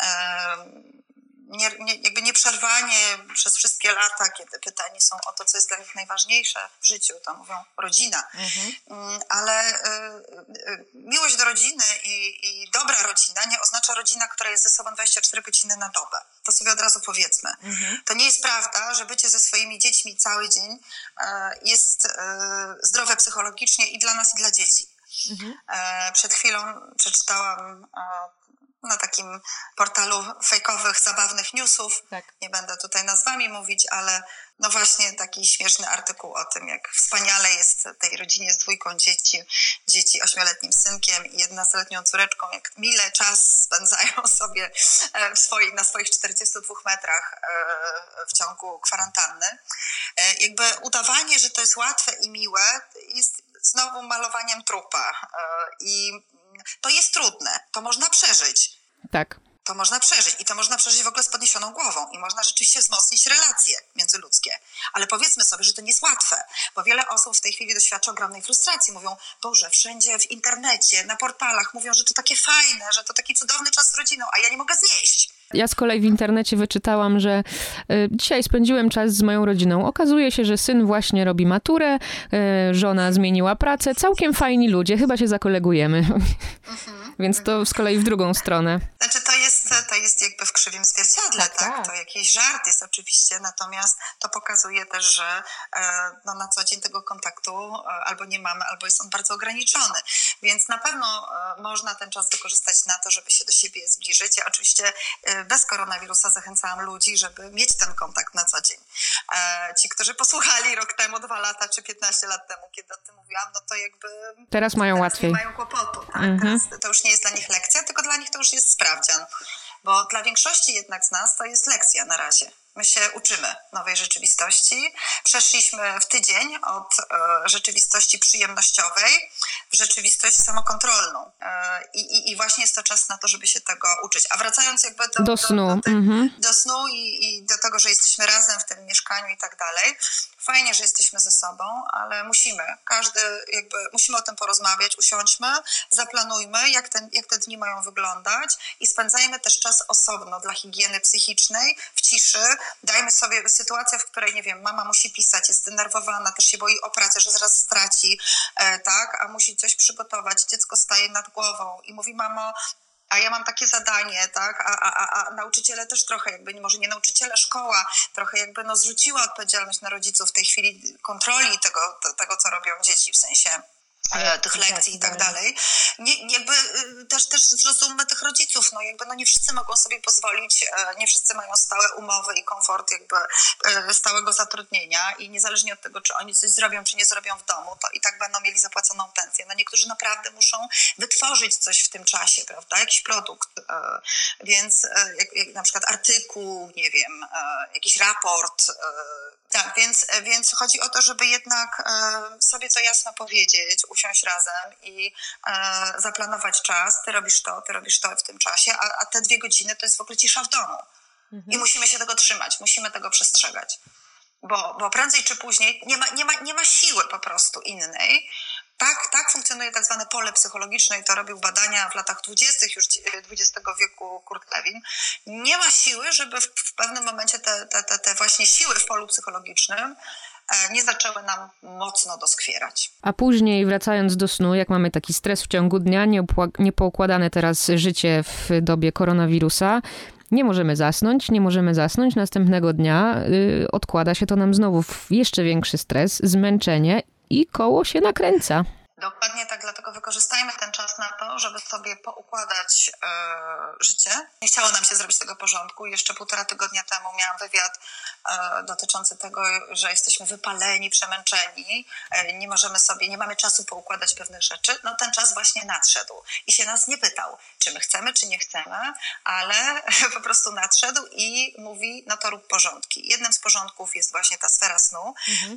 Nie, nie, jakby nieprzerwanie przez wszystkie lata, kiedy pytani są o to, co jest dla nich najważniejsze w życiu, to mówią rodzina. Mhm. Ale y, y, miłość do rodziny i, i dobra rodzina nie oznacza rodzina, która jest ze sobą dwadzieścia cztery godziny na dobę. To sobie od razu powiedzmy. Mhm. To nie jest prawda, że bycie ze swoimi dziećmi cały dzień y, jest y, zdrowe psychologicznie i dla nas, i dla dzieci. Mhm. Y, przed chwilą przeczytałam y, na takim portalu fejkowych, zabawnych newsów. Tak. Nie będę tutaj nazwami mówić, ale no właśnie taki śmieszny artykuł o tym, jak wspaniale jest tej rodzinie z dwójką dzieci, dzieci ośmioletnim synkiem i jedenastoletnią córeczką, jak mile czas spędzają sobie w swoich, na swoich czterdziestu dwóch metrach w ciągu kwarantanny. Jakby udawanie, że to jest łatwe i miłe, jest znowu malowaniem trupa i to jest trudne, to można przeżyć. Tak. To można przeżyć i to można przeżyć w ogóle z podniesioną głową i można rzeczywiście wzmocnić relacje międzyludzkie. Ale powiedzmy sobie, że to nie jest łatwe, bo wiele osób w tej chwili doświadcza ogromnej frustracji. Mówią, Boże, wszędzie w internecie, na portalach mówią, że to takie fajne, że to taki cudowny czas z rodziną, a ja nie mogę znieść. Ja z kolei w internecie wyczytałam, że y, dzisiaj spędziłem czas z moją rodziną. Okazuje się, że syn właśnie robi maturę, y, żona zmieniła pracę. Całkiem fajni ludzie, chyba się zakolegujemy. Mhm. Więc to z kolei w drugą stronę. Znaczy to jest, to jest jakby w krzywym zwierciadle, tak, tak? To jakiś żart jest oczywiście, natomiast to pokazuje też, że e, no, na co dzień tego kontaktu e, albo nie mamy, albo jest on bardzo ograniczony. Więc na pewno e, można ten czas wykorzystać na to, żeby się do siebie zbliżyć. Ja oczywiście e, bez koronawirusa zachęcałam ludzi, żeby mieć ten kontakt na co dzień. E, ci, którzy posłuchali rok temu, dwa lata czy piętnaście lat temu, kiedy o tym mówiłam, no to jakby... Teraz mają teraz łatwiej. Nie mają kłopotu. Tak? Mhm. Teraz to już nie jest dla nich lekcja, tylko dla nich to już jest sprawdzian. Bo dla większości jednak z nas to jest lekcja na razie. My się uczymy nowej rzeczywistości. Przeszliśmy w tydzień od e, rzeczywistości przyjemnościowej w rzeczywistość samokontrolną. E, i, I właśnie jest to czas na to, żeby się tego uczyć. A wracając jakby do, do snu, do, do, tych, mhm. do snu i, i do tego, że jesteśmy razem w tym mieszkaniu i tak dalej. Fajnie, że jesteśmy ze sobą, ale musimy, każdy jakby, musimy o tym porozmawiać, usiądźmy, zaplanujmy, jak, ten, jak te dni mają wyglądać i spędzajmy też czas osobno dla higieny psychicznej, w ciszy. Dajmy sobie sytuację, w której, nie wiem, mama musi pisać, jest zdenerwowana, też się boi o pracę, że zaraz straci, e, tak, a musi coś przygotować, dziecko staje nad głową i mówi, mamo, a ja mam takie zadanie, tak, a, a, a, a nauczyciele też trochę jakby, może nie nauczyciele, szkoła trochę jakby no zrzuciła odpowiedzialność na rodziców w tej chwili kontroli tego, tego co robią dzieci, w sensie tych lekcji i tak dalej. Nie, jakby też, też zrozummy tych rodziców, no jakby no nie wszyscy mogą sobie pozwolić, nie wszyscy mają stałe umowy i komfort jakby stałego zatrudnienia i niezależnie od tego, czy oni coś zrobią, czy nie zrobią w domu, to i tak będą mieli zapłaconą pensję. No niektórzy naprawdę muszą wytworzyć coś w tym czasie, prawda, jakiś produkt, więc jak, jak na przykład artykuł, nie wiem, jakiś raport. Tak, więc, więc chodzi o to, żeby jednak e, sobie to jasno powiedzieć, usiąść razem i e, zaplanować czas. Ty robisz to, ty robisz to w tym czasie, a, a te dwie godziny to jest w ogóle cisza w domu. Mhm. I musimy się tego trzymać, musimy tego przestrzegać. Bo, bo prędzej czy później nie ma, nie ma, nie ma siły po prostu innej. Tak, tak funkcjonuje tak zwane pole psychologiczne i to robił badania w latach dwudziestych już dwudziestego wieku Kurt Lewin. Nie ma siły, żeby w, w pewnym momencie te, te, te, te właśnie siły w polu psychologicznym nie zaczęły nam mocno doskwierać. A później wracając do snu, jak mamy taki stres w ciągu dnia, nieopła- niepoukładane teraz życie w dobie koronawirusa, nie możemy zasnąć, nie możemy zasnąć. Następnego dnia yy, odkłada się to nam znowu w jeszcze większy stres, zmęczenie i koło się nakręca. Dokładnie tak, dlatego wykorzystajmy ten czas na to, żeby sobie poukładać e, życie. Nie chciało nam się zrobić tego porządku. Jeszcze półtora tygodnia temu miałam wywiad e, dotyczący tego, że jesteśmy wypaleni, przemęczeni, e, nie możemy sobie, nie mamy czasu poukładać pewnych rzeczy. No ten czas właśnie nadszedł i się nas nie pytał, czy my chcemy, czy nie chcemy, ale po prostu nadszedł i mówi, no to rób porządki. Jednym z porządków jest właśnie ta sfera snu, mhm.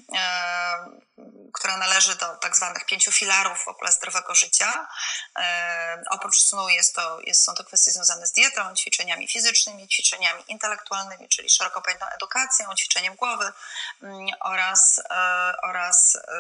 e, która należy do tak zwanych pięciu filarów w ogóle zdrowego życia. E, oprócz snu jest to, jest, są to kwestie związane z dietą, ćwiczeniami fizycznymi, ćwiczeniami intelektualnymi, czyli szeroko pojętą edukacją, ćwiczeniem głowy mm, oraz, e, oraz e,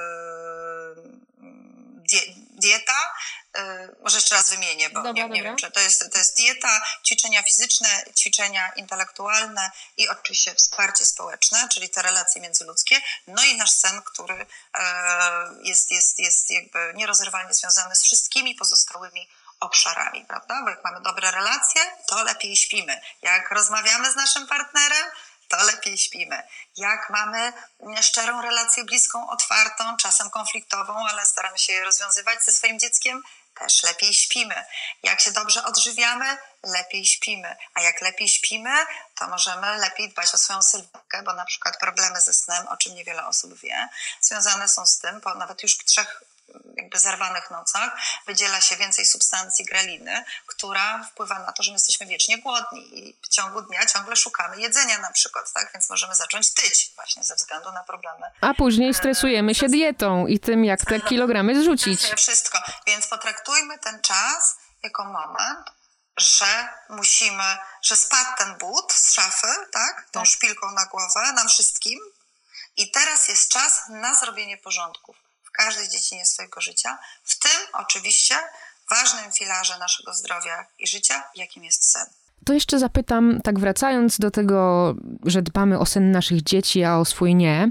die, dieta. E, może jeszcze raz wymienię, bo dobra, nie, nie wiem, czy to jest, to jest dieta, ćwiczenia fizyczne, ćwiczenia intelektualne i oczywiście wsparcie społeczne, czyli te relacje międzyludzkie, no i nasz sen, który e, jest, jest, jest jakby nierozerwalnie związany z wszystkimi pozostałymi obszarami, prawda? Bo jak mamy dobre relacje, to lepiej śpimy. Jak rozmawiamy z naszym partnerem, to lepiej śpimy. Jak mamy szczerą relację bliską, otwartą, czasem konfliktową, ale staramy się je rozwiązywać ze swoim dzieckiem, też lepiej śpimy. Jak się dobrze odżywiamy, lepiej śpimy. A jak lepiej śpimy, to możemy lepiej dbać o swoją sylwetkę, bo na przykład problemy ze snem, o czym niewiele osób wie, związane są z tym, po nawet już w trzech jakby zerwanych nocach wydziela się więcej substancji greliny, która wpływa na to, że my jesteśmy wiecznie głodni i w ciągu dnia ciągle szukamy jedzenia na przykład, tak? Więc możemy zacząć tyć właśnie ze względu na problemy. A później stresujemy się dietą i tym, jak te kilogramy zrzucić. Wszystko. Więc potraktujmy ten czas jako moment, że musimy, że spadł ten but z szafy, tak? Tą szpilką na głowę nam wszystkim i teraz jest czas na zrobienie porządków w każdej dziedzinie swojego życia, w tym oczywiście ważnym filarze naszego zdrowia i życia, jakim jest sen. To jeszcze zapytam, tak wracając do tego, że dbamy o sen naszych dzieci, a o swój nie.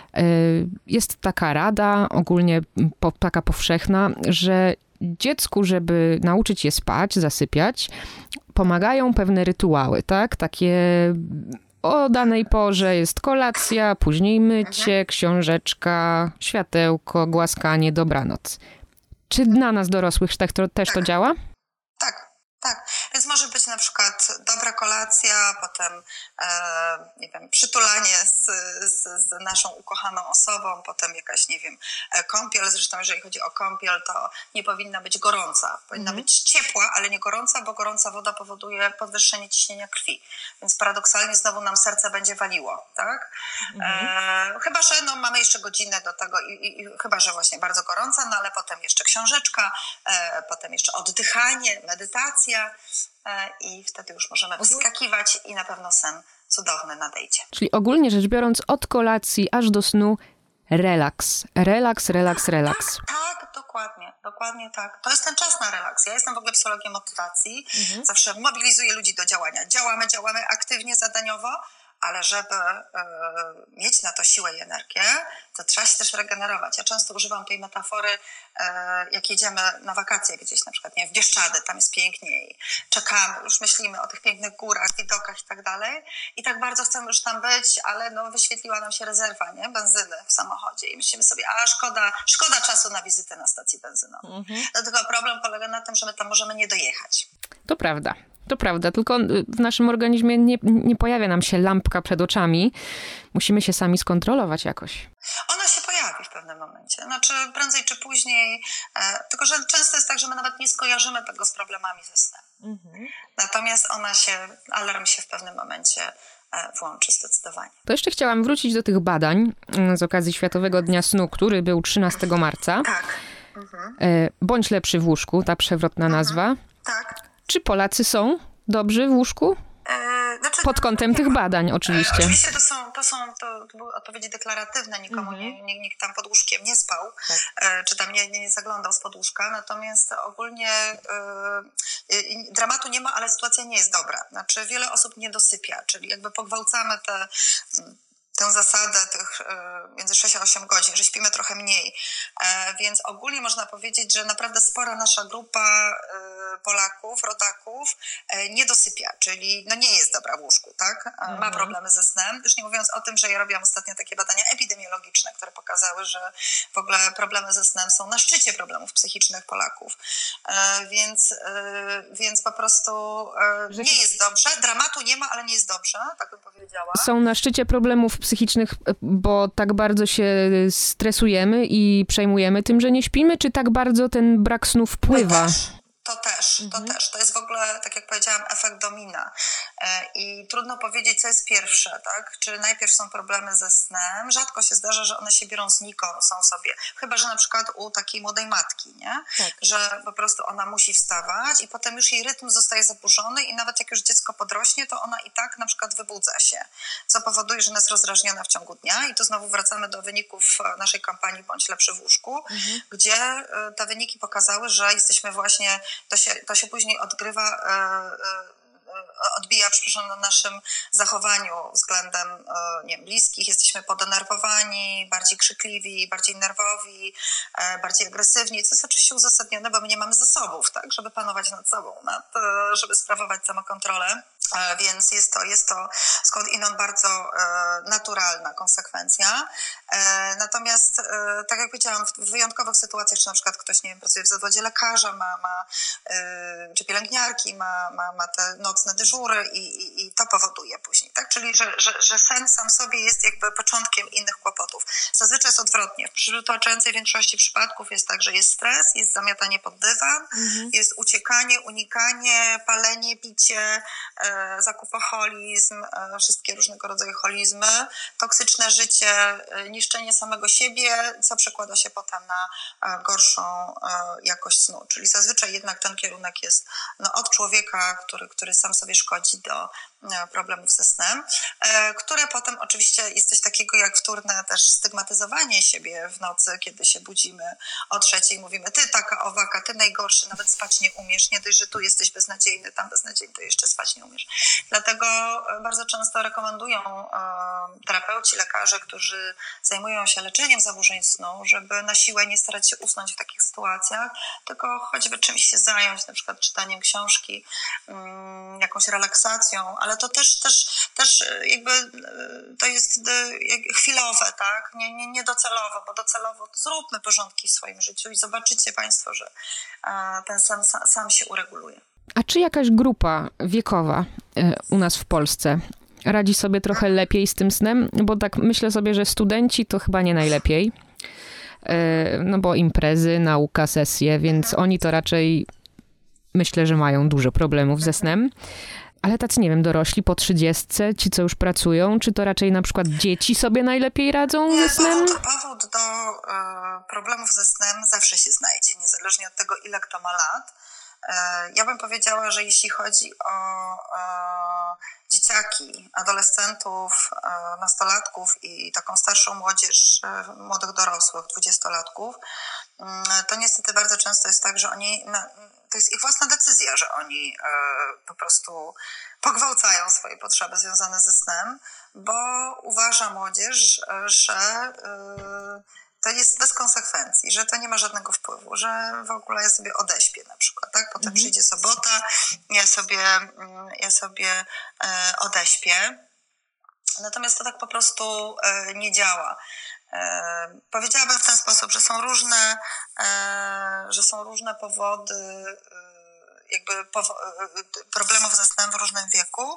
Jest taka rada, ogólnie taka powszechna, że dziecku, żeby nauczyć je spać, zasypiać, pomagają pewne rytuały, tak? Takie o danej porze jest kolacja, później mycie, książeczka, światełko, głaskanie, dobranoc. Czy na nas dorosłych też to, też to działa? Tak. Tak, więc może być na przykład dobra kolacja, potem e, nie wiem, przytulanie z, z, z naszą ukochaną osobą, potem jakaś, nie wiem, kąpiel. Zresztą jeżeli chodzi o kąpiel, to nie powinna być gorąca. Powinna mhm. być ciepła, ale nie gorąca, bo gorąca woda powoduje podwyższenie ciśnienia krwi. Więc paradoksalnie znowu nam serce będzie waliło, tak? Mhm. E, chyba, że no, mamy jeszcze godzinę do tego i, i, i chyba, że właśnie bardzo gorąca, no ale potem jeszcze książeczka, e, potem jeszcze oddychanie, medytacja, i wtedy już możemy wskakiwać i na pewno sen cudowny nadejdzie. Czyli ogólnie rzecz biorąc, od kolacji aż do snu relaks. Relaks, relaks, relaks. Tak, tak, dokładnie, dokładnie tak. To jest ten czas na relaks. Ja jestem w ogóle psychologiem motywacji. Mhm. Zawsze mobilizuję ludzi do działania. Działamy, działamy aktywnie, zadaniowo, ale żeby y, mieć na to siłę i energię, to trzeba się też regenerować. Ja często używam tej metafory, y, jak jedziemy na wakacje gdzieś, na przykład nie, w Bieszczady, tam jest piękniej, czekamy, już myślimy o tych pięknych górach, widokach i tak dalej i tak bardzo chcemy już tam być, ale no, wyświetliła nam się rezerwa, nie, benzyny w samochodzie i myślimy sobie, a szkoda, szkoda czasu na wizytę na stacji benzynowej. Mhm. Dlatego problem polega na tym, że my tam możemy nie dojechać. To prawda. To prawda, tylko w naszym organizmie nie, nie pojawia nam się lampka przed oczami. Musimy się sami skontrolować jakoś. Ona się pojawi w pewnym momencie. Znaczy prędzej czy później. E, tylko, że często jest tak, że my nawet nie skojarzymy tego z problemami ze snem. Mhm. Natomiast ona się, alarm się w pewnym momencie e, włączy zdecydowanie. To jeszcze chciałam wrócić do tych badań z okazji Światowego Dnia Snu, który był trzynastego marca. Tak. Mhm. E, bądź lepszy w łóżku, ta przewrotna mhm. nazwa. Tak. Czy Polacy są dobrzy w łóżku? E, znaczy, Pod kątem tych badań oczywiście. E, oczywiście to są, to są to, to były odpowiedzi deklaratywne, nikomu mm-hmm. nie, nie, nikt tam pod łóżkiem nie spał, tak. e, czy tam nie, nie, nie zaglądał spod łóżka, natomiast ogólnie e, e, dramatu nie ma, ale sytuacja nie jest dobra. Znaczy wiele osób nie dosypia, czyli jakby pogwałcamy te... tę zasadę tych między sześć a osiem godzin, że śpimy trochę mniej. Więc ogólnie można powiedzieć, że naprawdę spora nasza grupa Polaków, rodaków nie dosypia, czyli no nie jest dobra w łóżku, tak? Ma mhm. problemy ze snem. Już nie mówiąc o tym, że ja robiłam ostatnio takie badania epidemiologiczne, które pokazały, że w ogóle problemy ze snem są na szczycie problemów psychicznych Polaków. Więc, więc po prostu nie jest dobrze. Dramatu nie ma, ale nie jest dobrze, tak bym powiedziała. Są na szczycie problemów psychicznych, bo tak bardzo się stresujemy i przejmujemy tym, że nie śpimy, czy tak bardzo ten brak snu wpływa? To też, to mhm. też. To jest w ogóle, tak jak powiedziałam, efekt domina. I trudno powiedzieć, co jest pierwsze, tak? Czy najpierw są problemy ze snem? Rzadko się zdarza, że one się biorą znikąd, są sobie. Chyba, że na przykład u takiej młodej matki, nie? Tak. Że po prostu ona musi wstawać i potem już jej rytm zostaje zaburzony i nawet jak już dziecko podrośnie, to ona i tak na przykład wybudza się, co powoduje, że ona jest rozdrażniona w ciągu dnia i tu znowu wracamy do wyników naszej kampanii Bądź lepszy w łóżku, mhm. gdzie te wyniki pokazały, że jesteśmy właśnie To się, to się później odgrywa, e, e, odbija, przepraszam, na naszym zachowaniu względem e, nie wiem, bliskich. Jesteśmy podenerwowani, bardziej krzykliwi, bardziej nerwowi, e, bardziej agresywni, co jest oczywiście uzasadnione, bo my nie mamy zasobów, tak, żeby panować nad sobą, nad, żeby sprawować samokontrolę. Więc jest to, jest to skąd inąd bardzo e, naturalna konsekwencja. E, natomiast, e, tak jak powiedziałam, w wyjątkowych sytuacjach, czy na przykład ktoś, nie wiem, pracuje w zawodzie lekarza, ma, ma e, czy pielęgniarki, ma, ma, ma te nocne dyżury i, i, i to powoduje później, tak? Czyli, że, że, że sen sam sobie jest jakby początkiem innych kłopotów. Zazwyczaj jest odwrotnie. W przytłaczającej większości przypadków jest tak, że jest stres, jest zamiatanie pod dywan, mhm. jest uciekanie, unikanie, palenie, picie, e, zakupoholizm, wszystkie różnego rodzaju holizmy, toksyczne życie, niszczenie samego siebie, co przekłada się potem na gorszą jakość snu. Czyli zazwyczaj jednak ten kierunek jest no, od człowieka, który, który sam sobie szkodzi, do problemów ze snem, które potem oczywiście jest coś takiego jak wtórne też stygmatyzowanie siebie w nocy, kiedy się budzimy o trzeciej i mówimy, ty taka owaka, ty najgorszy, nawet spać nie umiesz, nie dość, że tu jesteś beznadziejny, tam beznadziejny, to jeszcze spać nie umiesz. Dlatego bardzo często rekomendują terapeuci, lekarze, którzy zajmują się leczeniem zaburzeń snu, żeby na siłę nie starać się usnąć w takich sytuacjach, tylko choćby czymś się zająć, na przykład czytaniem książki, jakąś relaksacją, ale to też, też, też jakby to jest chwilowe, tak? Nie, nie, nie docelowo, bo docelowo zróbmy porządki w swoim życiu i zobaczycie Państwo, że ten sam, sam się ureguluje. A czy jakaś grupa wiekowa u nas w Polsce radzi sobie trochę lepiej z tym snem? Bo tak myślę sobie, że studenci to chyba nie najlepiej, no bo imprezy, nauka, sesje, więc oni to raczej myślę, że mają dużo problemów ze snem. Ale tacy, nie wiem, dorośli po trzydziestce, ci, co już pracują, czy to raczej na przykład dzieci sobie najlepiej radzą ze snem? Powód, powód do e, problemów ze snem zawsze się znajdzie, niezależnie od tego, ile kto ma lat. E, ja bym powiedziała, że jeśli chodzi o e, dzieciaki, adolescentów, e, nastolatków i taką starszą młodzież, e, młodych dorosłych, dwudziestolatków, e, to niestety bardzo często jest tak, że oni... Na, to jest ich własna decyzja, że oni e, po prostu pogwałcają swoje potrzeby związane ze snem, bo uważa młodzież, że e, to jest bez konsekwencji, że to nie ma żadnego wpływu, że w ogóle ja sobie odeśpię na przykład, tak? Potem mhm. przyjdzie sobota, ja sobie, ja sobie e, odeśpię. Natomiast to tak po prostu e, nie działa. E, powiedziałabym w ten sposób, że są różne, e, że są różne powody e, jakby powo- problemów ze snem w różnym wieku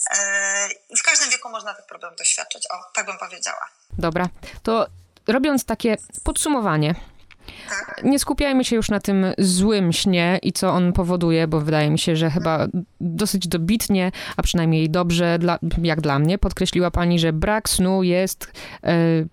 e, i w każdym wieku można tych problemów doświadczyć. O, tak bym powiedziała. Dobra, to robiąc takie podsumowanie, tak. Nie skupiajmy się już na tym złym śnie i co on powoduje, bo wydaje mi się, że chyba dosyć dobitnie, a przynajmniej dobrze, dla, jak dla mnie, podkreśliła pani, że brak snu jest e,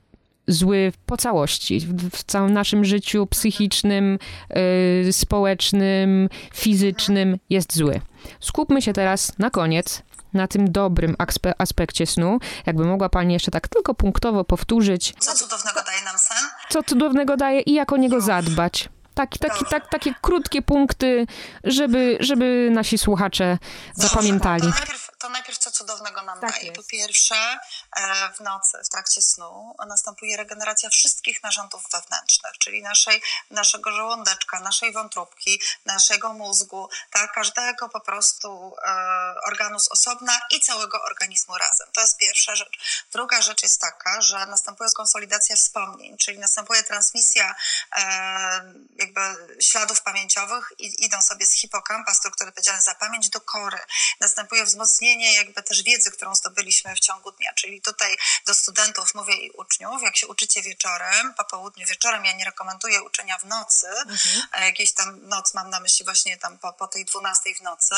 zły po całości, w, w całym naszym życiu psychicznym, e, społecznym, fizycznym jest zły. Skupmy się teraz na koniec na tym dobrym aspe- aspekcie snu. Jakby mogła pani jeszcze tak tylko punktowo powtórzyć. Co cudownego daje nam sen? Co cudownego daje i jak o niego zadbać. Taki, taki, tak, takie krótkie punkty, żeby, żeby nasi słuchacze zapamiętali. To najpierw, to najpierw co cudownego nam tak daje. Jest. Po pierwsze, w nocy, w trakcie snu następuje regeneracja wszystkich narządów wewnętrznych, czyli naszej, naszego żołądeczka, naszej wątróbki, naszego mózgu, tak, każdego po prostu e, organu z osobna i całego organizmu razem. To jest pierwsza rzecz. Druga rzecz jest taka, że następuje konsolidacja wspomnień, czyli następuje transmisja e, jakby śladów pamięciowych i idą sobie z hipokampa, struktury odpowiedzialne za pamięć, do kory. Następuje wzmocnienie jakby też wiedzy, którą zdobyliśmy w ciągu dnia. Czyli tutaj do studentów mówię i uczniów, jak się uczycie wieczorem, po południu wieczorem, ja nie rekomenduję uczenia w nocy, mhm. jakieś tam noc mam na myśli właśnie tam po, po tej dwunastej w nocy.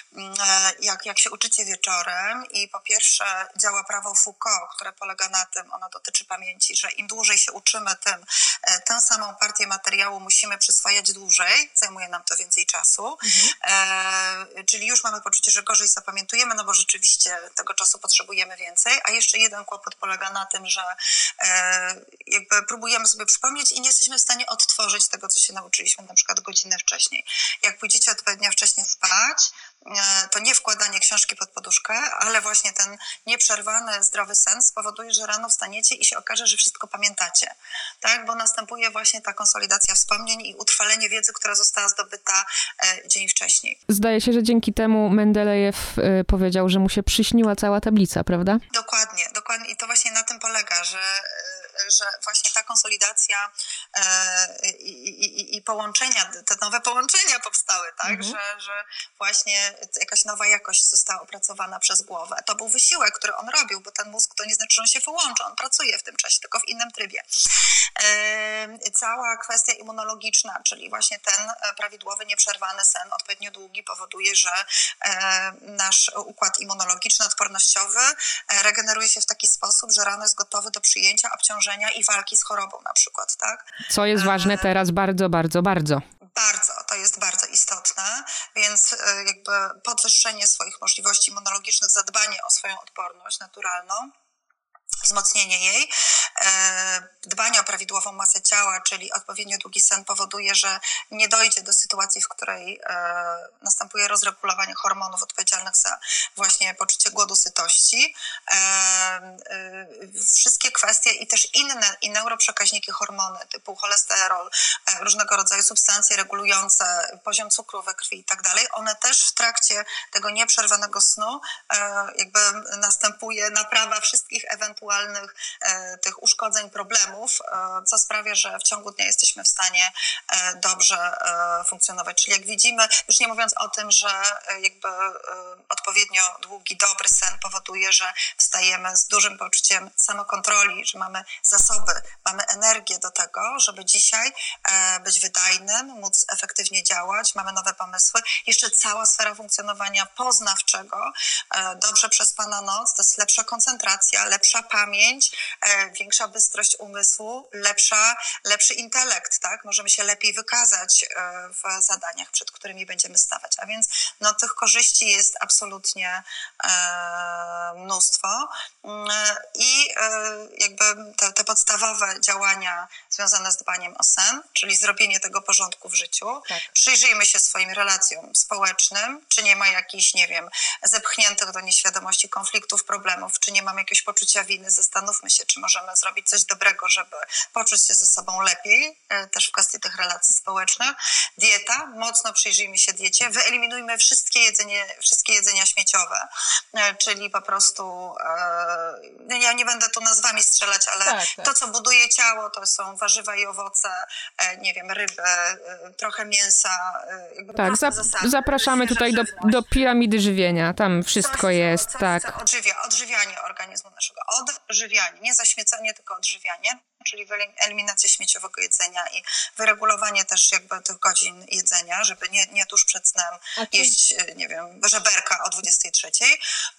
Jak, jak się uczycie wieczorem i po pierwsze działa prawo Foucault, które polega na tym, ono dotyczy pamięci, że im dłużej się uczymy, tym tę samą partię materiału musimy przyswajać dłużej, zajmuje nam to więcej czasu, mhm. e, czyli już mamy poczucie, że gorzej zapamiętujemy, no bo rzeczywiście tego czasu potrzebujemy więcej, a jeszcze jeden kłopot polega na tym, że e, jakby próbujemy sobie przypomnieć i nie jesteśmy w stanie odtworzyć tego, co się nauczyliśmy na przykład godzinę wcześniej. Jak pójdziecie odpowiednio wcześniej spać, e, to nie wkładanie książki pod poduszkę, ale właśnie ten nieprzerwany, zdrowy sen spowoduje, że rano wstaniecie i się okaże, że wszystko pamiętacie, tak, bo następuje właśnie ta konsolidacja wspomnień i utrwalenie wiedzy, która została zdobyta e, dzień wcześniej. Zdaje się, że dzięki temu Mendelejew e, powiedział, powiedział, że mu się przyśniła cała tablica, prawda? Dokładnie, dokładnie. I to właśnie na tym polega, że, że właśnie ta konsolidacja e, i, i, i połączenia, te nowe połączenia powstały, tak? Mhm. Że, że właśnie jakaś nowa jakość została opracowana przez głowę. To był wysiłek, który on robił, bo ten mózg to nie znaczy, że on się wyłącza, on pracuje w tym czasie, tylko w innym trybie. E, cała kwestia immunologiczna, czyli właśnie ten prawidłowy, nieprzerwany sen, odpowiednio długi, powoduje, że e, nasz układ immunologiczny, odpornościowy regeneruje się w taki sposób, że rano jest gotowy do przyjęcia obciążenia i walki z chorobą na przykład, tak? Co jest ważne teraz bardzo, bardzo, bardzo. Bardzo, to jest bardzo istotne, więc jakby podwyższenie swoich możliwości immunologicznych, zadbanie o swoją odporność naturalną, wzmocnienie jej, dbanie o prawidłową masę ciała, czyli odpowiednio długi sen powoduje, że nie dojdzie do sytuacji, w której następuje rozregulowanie hormonów odpowiedzialnych za właśnie poczucie głodu, sytości. Wszystkie kwestie i też inne i neuroprzekaźniki, hormony typu cholesterol, różnego rodzaju substancje regulujące poziom cukru we krwi i tak dalej, one też w trakcie tego nieprzerwanego snu jakby następuje naprawa wszystkich ewentualnych tych uszkodzeń, problemów, co sprawia, że w ciągu dnia jesteśmy w stanie dobrze funkcjonować. Czyli jak widzimy, już nie mówiąc o tym, że jakby odpowiednio długi, dobry sen powoduje, że wstajemy z dużym poczuciem samokontroli, że mamy zasoby, mamy energię do tego, żeby dzisiaj być wydajnym, móc efektywnie działać, mamy nowe pomysły. Jeszcze cała sfera funkcjonowania poznawczego, dobrze przespana noc, to jest lepsza koncentracja, lepsza pamięć, większa bystrość umysłu, lepsza, lepszy intelekt, tak? Możemy się lepiej wykazać w zadaniach, przed którymi będziemy stawać. A więc no, tych korzyści jest absolutnie e, mnóstwo. I e, jakby te, te podstawowe działania związane z dbaniem o sen, czyli zrobienie tego porządku w życiu. Tak. Przyjrzyjmy się swoim relacjom społecznym, czy nie ma jakichś, nie wiem, zepchniętych do nieświadomości konfliktów, problemów, czy nie mam jakiegoś poczucia winy. Zastanówmy się, czy możemy zrobić coś dobrego, żeby poczuć się ze sobą lepiej, też w kwestii tych relacji społecznych. Dieta, mocno przyjrzyjmy się diecie, wyeliminujmy wszystkie jedzenie, wszystkie jedzenia śmieciowe, czyli po prostu, ja nie będę tu nazwami strzelać, ale tak, tak. to, co buduje ciało, to są warzywa i owoce, nie wiem, ryby, trochę mięsa. Tak, zap- zapraszamy tutaj do, do piramidy żywienia, tam wszystko coś, jest, co, tak. Co odżywia, odżywianie organizmu naszego, odżywianie, nie zaśmiecanie, tylko odżywianie, czyli eliminacja śmieciowego jedzenia i wyregulowanie też jakby tych godzin jedzenia, żeby nie, nie tuż przed snem czy... jeść, nie wiem, żeberka o dwudziestej trzeciej.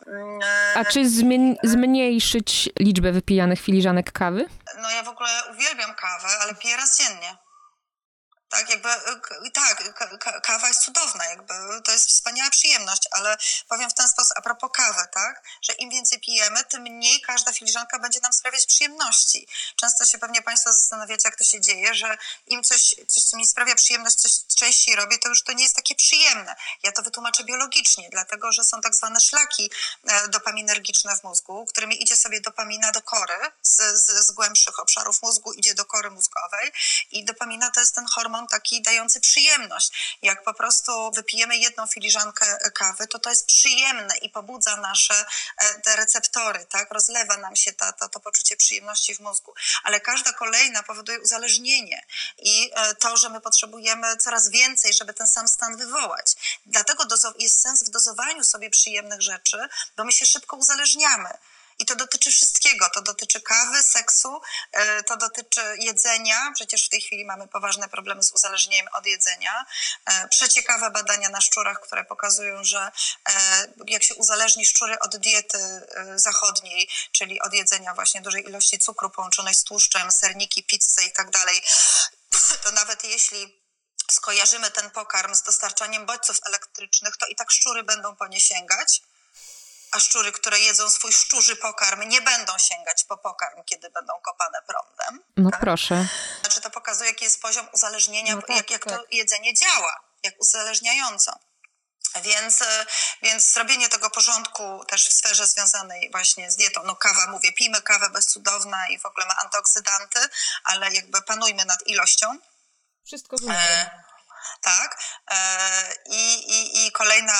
A czy zmi- zmniejszyć liczbę wypijanych filiżanek kawy? No ja w ogóle uwielbiam kawę, ale piję raz dziennie. Tak, jakby, tak, kawa jest cudowna, jakby to jest wspaniała przyjemność, ale powiem w ten sposób, a propos kawy, tak, że im więcej pijemy, tym mniej każda filiżanka będzie nam sprawiać przyjemności. Często się pewnie Państwo zastanawiacie, jak to się dzieje, że im coś, coś co mi sprawia przyjemność, coś częściej robię, to już to nie jest takie przyjemne. Ja to wytłumaczę biologicznie, dlatego, że są tak zwane szlaki dopaminergiczne w mózgu, którymi idzie sobie dopamina do kory, z, z, z głębszych obszarów mózgu idzie do kory mózgowej i dopamina to jest ten hormon taki dający przyjemność. Jak po prostu wypijemy jedną filiżankę kawy, to to jest przyjemne i pobudza nasze te receptory, tak? Rozlewa nam się ta, ta, to poczucie przyjemności w mózgu. Ale każda kolejna powoduje uzależnienie i to, że my potrzebujemy coraz więcej, żeby ten sam stan wywołać. Dlatego dozo- jest sens w dozowaniu sobie przyjemnych rzeczy, bo my się szybko uzależniamy. I to dotyczy wszystkiego. To dotyczy kawy, seksu, to dotyczy jedzenia. Przecież w tej chwili mamy poważne problemy z uzależnieniem od jedzenia. Przeciekawe badania na szczurach, które pokazują, że jak się uzależni szczury od diety zachodniej, czyli od jedzenia właśnie dużej ilości cukru połączonej z tłuszczem, serniki, pizzy i tak dalej, to nawet jeśli skojarzymy ten pokarm z dostarczaniem bodźców elektrycznych, to i tak szczury będą po nie sięgać. A szczury, które jedzą swój szczurzy pokarm, nie będą sięgać po pokarm, kiedy będą kopane prądem. No tak? proszę. Znaczy to pokazuje, jaki jest poziom uzależnienia, no tak, jak, jak tak. to jedzenie działa, jak uzależniająco. Więc, więc zrobienie tego porządku też w sferze związanej właśnie z dietą. No kawa, mówię, pijmy kawę, bo jest cudowna i w ogóle ma antyoksydanty, ale jakby panujmy nad ilością. Wszystko z umiarem. Tak. I, i, i kolejna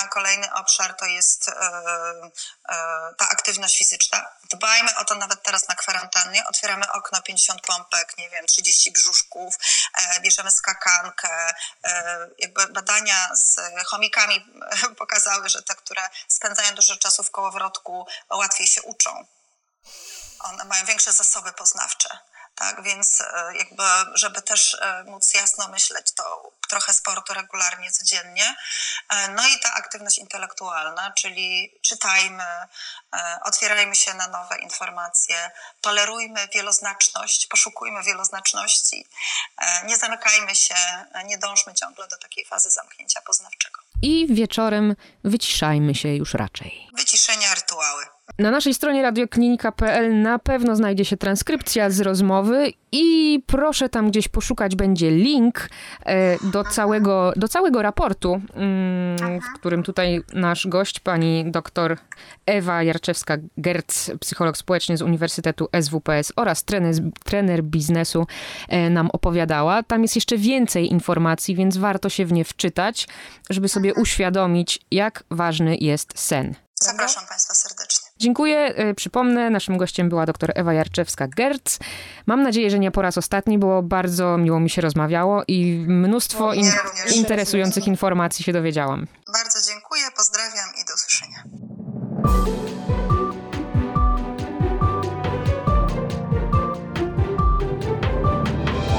kolejna, kolejny obszar to jest ta aktywność fizyczna. Dbajmy o to nawet teraz na kwarantannie. Otwieramy okno, pięćdziesiąt pompek, nie wiem, trzydzieści brzuszków, bierzemy skakankę. Jakby badania z chomikami pokazały, że te, które spędzają dużo czasu w kołowrotku, łatwiej się uczą. One mają większe zasoby poznawcze. Tak, więc jakby, żeby też móc jasno myśleć, to trochę sportu regularnie, codziennie. No i ta aktywność intelektualna, czyli czytajmy, otwierajmy się na nowe informacje, tolerujmy wieloznaczność, poszukujmy wieloznaczności, nie zamykajmy się, nie dążmy ciągle do takiej fazy zamknięcia poznawczego. I wieczorem wyciszajmy się już raczej. Wyciszenia, rytuały. Na naszej stronie radioklinika kropka pe el na pewno znajdzie się transkrypcja z rozmowy i proszę tam gdzieś poszukać, będzie link do całego, do całego raportu, w którym tutaj nasz gość, pani doktor Ewa Jarczewska-Gerc, psycholog społeczny z Uniwersytetu S W P S oraz trener, trener biznesu, nam opowiadała. Tam jest jeszcze więcej informacji, więc warto się w nie wczytać, żeby sobie uświadomić, jak ważny jest sen. Zapraszam Państwa serdecznie. Dziękuję. Przypomnę, naszym gościem była dr Ewa Jarczewska-Gerc. Mam nadzieję, że nie po raz ostatni, było bardzo miło mi się rozmawiało i mnóstwo in- interesujących informacji się dowiedziałam. Bardzo dziękuję, pozdrawiam i do usłyszenia.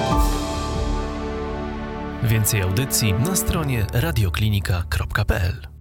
Więcej audycji na stronie radioklinika kropka pe el.